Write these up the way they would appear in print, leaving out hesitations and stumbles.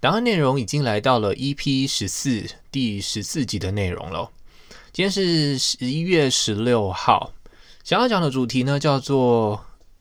档案内容已经来到了 EP14 第14集的内容了。今天是11月16号，想要讲的主题呢叫做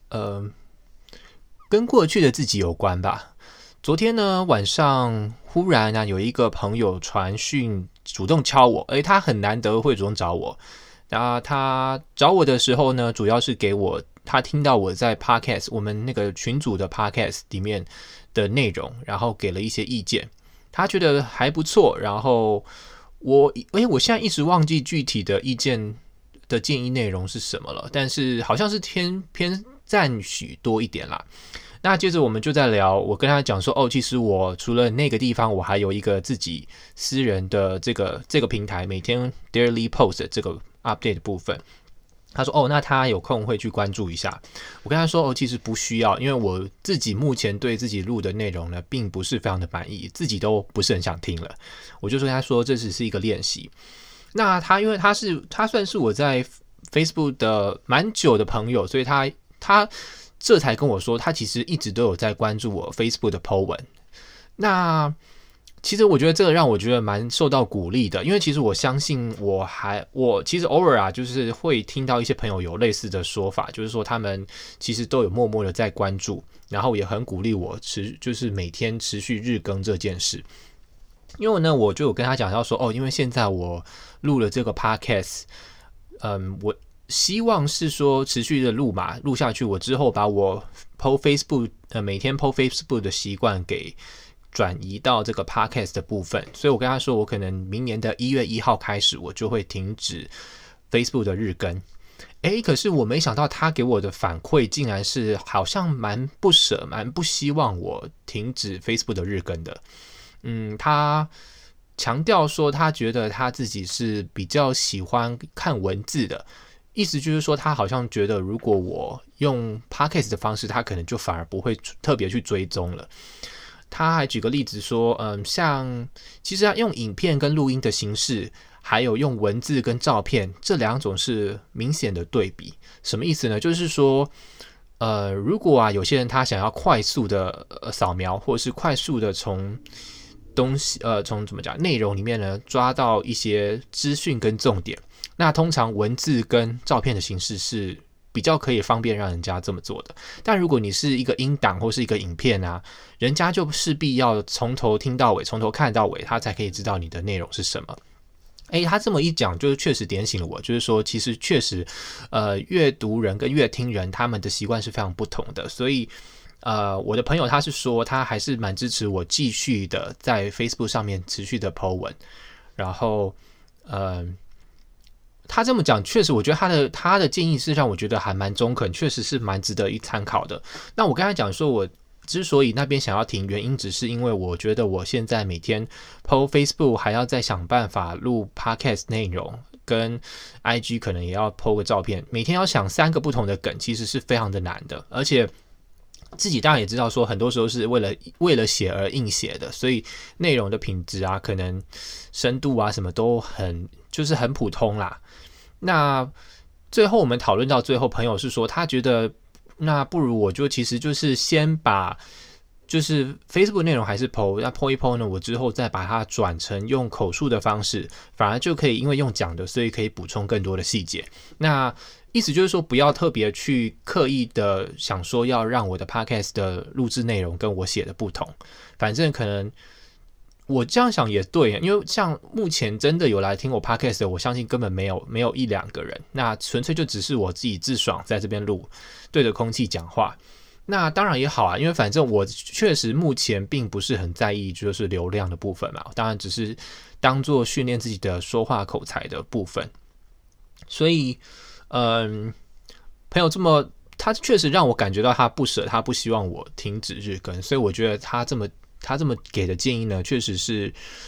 跟过去的自己有关吧。昨天呢晚上忽然有一个朋友传讯主动敲我，他很难得会主动找我。那他找我的时候呢，主要是给我他听到我在 Podcast 我们那个群组的 Podcast 里面的内容，然后给了一些意见，他觉得还不错。然后我现在一直忘记具体的意见的建议内容是什么了，但是好像是偏赞许多一点啦。那接着我们就在聊，我跟他讲说，其实我除了那个地方，我还有一个自己私人的这个平台，每天 daily post 的这个 update 的部分。他说那他有空会去关注一下。我跟他说其实不需要，因为我自己目前对自己录的内容呢并不是非常的满意，自己都不是很想听了。我就跟他说这只是一个练习。那他因为他算是我在 Facebook 的蛮久的朋友，所以他这才跟我说他其实一直都有在关注我 Facebook 的 po 文。那其实我觉得这个让我觉得蛮受到鼓励的，因为其实我相信我其实偶尔就是会听到一些朋友有类似的说法，就是说他们其实都有默默的在关注，然后也很鼓励我就是每天持续日更这件事。因为呢我就有跟他讲到说因为现在我录了这个 podcast， 我希望是说持续的录下去，我之后把我 po Facebook每天 po Facebook 的习惯给转移到这个 podcast 的部分。所以我跟他说我可能明年的1月1号开始我就会停止 Facebook 的日更。可是我没想到他给我的反馈竟然是好像蛮不舍蛮不希望我停止 Facebook 的日更的。他强调说他觉得他自己是比较喜欢看文字的，意思就是说他好像觉得如果我用 podcast 的方式，他可能就反而不会特别去追踪了。他还举个例子说像其实用影片跟录音的形式，还有用文字跟照片，这两种是明显的对比。什么意思呢？就是说如果有些人他想要快速的扫描，或是快速的从东西从怎么讲内容里面呢抓到一些资讯跟重点，那通常文字跟照片的形式是比较可以方便让人家这么做的。但如果你是一个音档或是一个影片人家就势必要从头听到尾，从头看到尾，他才可以知道你的内容是什么。他这么一讲就是确实点醒了我，就是说其实确实阅读人跟阅听人他们的习惯是非常不同的。所以我的朋友他是说他还是蛮支持我继续的在 Facebook 上面持续的 po 文。然后他这么讲确实我觉得他的建议是让我觉得还蛮中肯，确实是蛮值得一参考的。那我跟他讲说我之所以那边想要停，原因只是因为我觉得我现在每天 po Facebook 还要再想办法录 podcast 内容，跟 IG 可能也要 po 个照片，每天要想3个不同的梗，其实是非常的难的。而且自己当然也知道说很多时候是为了写而硬写的，所以内容的品质可能深度什么都就是很普通啦。那最后我们讨论到最后，朋友是说他觉得那不如我就其实就是先把就是 Facebook 内容还是 po， 那 po 一 po 呢，我之后再把它转成用口述的方式，反而就可以因为用讲的，所以可以补充更多的细节。那意思就是说不要特别去刻意的想说要让我的 podcast 的录制内容跟我写的不同，反正可能我这样想也对，因为像目前真的有来听我 podcast 的，我相信根本没有1-2个人，那纯粹就只是我自己自爽在这边录，对着空气讲话。那当然也好因为反正我确实目前并不是很在意就是流量的部分嘛，当然只是当做训练自己的说话口才的部分。所以朋友他确实让我感觉到他不舍，他不希望我停止日更，所以我觉得他这么给的建议呢，确实是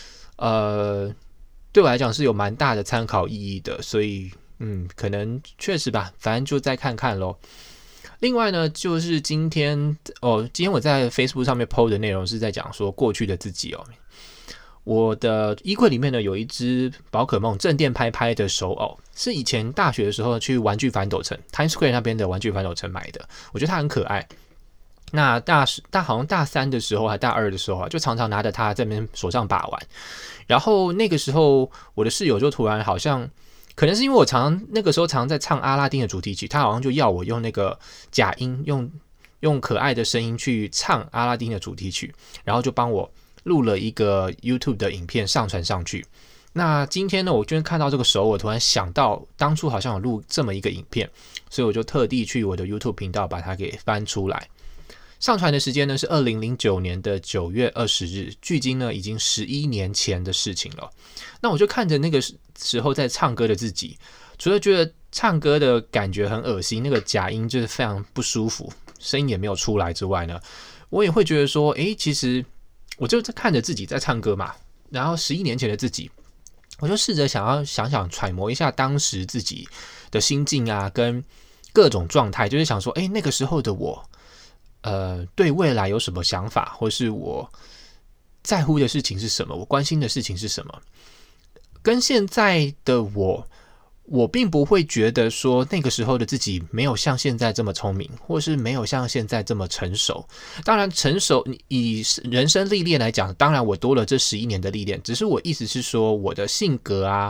对我来讲是有蛮大的参考意义的。所以可能确实吧，反正就再看看咯。另外呢，就是今天我在 Facebook 上面 po 的内容是在讲说过去的自己我的衣柜里面呢有一只宝可梦正电拍拍的手偶，是以前大学的时候去玩具反斗城 Times Square 那边的玩具反斗城买的，我觉得它很可爱。 那好像大三的时候还大二的时候啊，就常常拿着它在那边手上把玩。然后那个时候我的室友就突然好像，可能是因为我那个时候常常在唱阿拉丁的主题曲，他好像就要我用那个假音，用可爱的声音去唱阿拉丁的主题曲，然后就帮我录了一个 YouTube 的影片上传上去。那今天呢，我居然看到这个时候，我突然想到当初好像有录这么一个影片，所以我就特地去我的 YouTube 频道把它给翻出来。上传的时间呢是2009年的9月20日，距今呢已经11年前的事情了。那我就看着那个时候在唱歌的自己，除了觉得唱歌的感觉很恶心，那个假音就是非常不舒服，声音也没有出来之外呢，我也会觉得说，其实我就在看着自己在唱歌嘛，然后11年前的自己，我就试着想揣摩一下当时自己的心境啊，跟各种状态，就是想说，那个时候的我。对未来有什么想法，或是我在乎的事情是什么，我关心的事情是什么？跟现在的我并不会觉得说那个时候的自己没有像现在这么聪明，或是没有像现在这么成熟。当然，成熟以人生历练来讲，当然我多了这11年的历练，只是我意思是说，我的性格啊，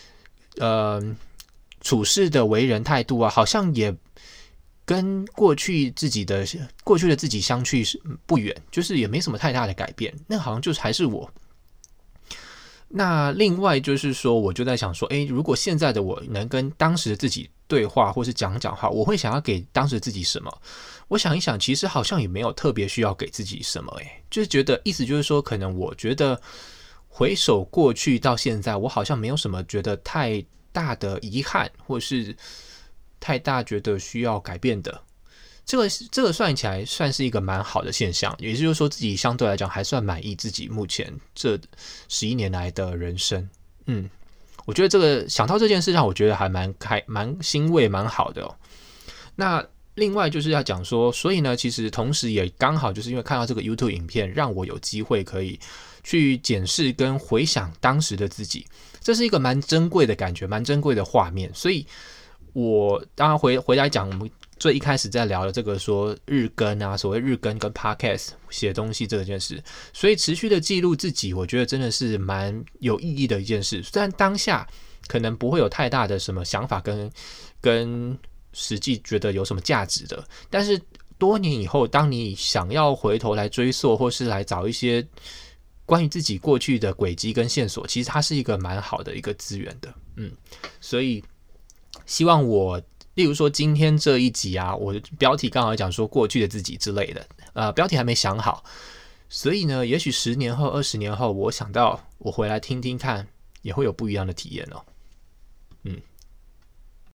处事的为人态度啊，好像也。跟过去的自己相去不远，就是也没什么太大的改变，那好像就是还是我。那另外就是说，我就在想说，如果现在的我能跟当时的自己对话，或是讲话，我会想要给当时的自己什么？我想一想，其实好像也没有特别需要给自己什么，就是觉得意思就是说，可能我觉得回首过去到现在，我好像没有什么觉得太大的遗憾，或是。太大觉得需要改变的，这个算起来算是一个蛮好的现象，也就是说自己相对来讲还算满意自己目前这11年来的人生。我觉得想到这件事让我觉得还蛮欣慰蛮好的哦。那另外就是要讲说，所以呢，其实同时也刚好就是因为看到这个 YouTube 影片，让我有机会可以去检视跟回想当时的自己，这是一个蛮珍贵的感觉，蛮珍贵的画面，所以。我当然回来讲，我们最一开始在聊的这个说日更啊，所谓日更跟 podcast 写东西这件事，所以持续的记录自己，我觉得真的是蛮有意义的一件事。虽然当下可能不会有太大的什么想法跟实际觉得有什么价值的，但是多年以后，当你想要回头来追溯，或是来找一些关于自己过去的轨迹跟线索，其实它是一个蛮好的一个资源的。所以。希望我，例如说今天这一集啊，我的标题刚好讲说过去的自己之类的，标题还没想好，所以呢，也许10年后、20年后，我想到我回来听听看，也会有不一样的体验哦。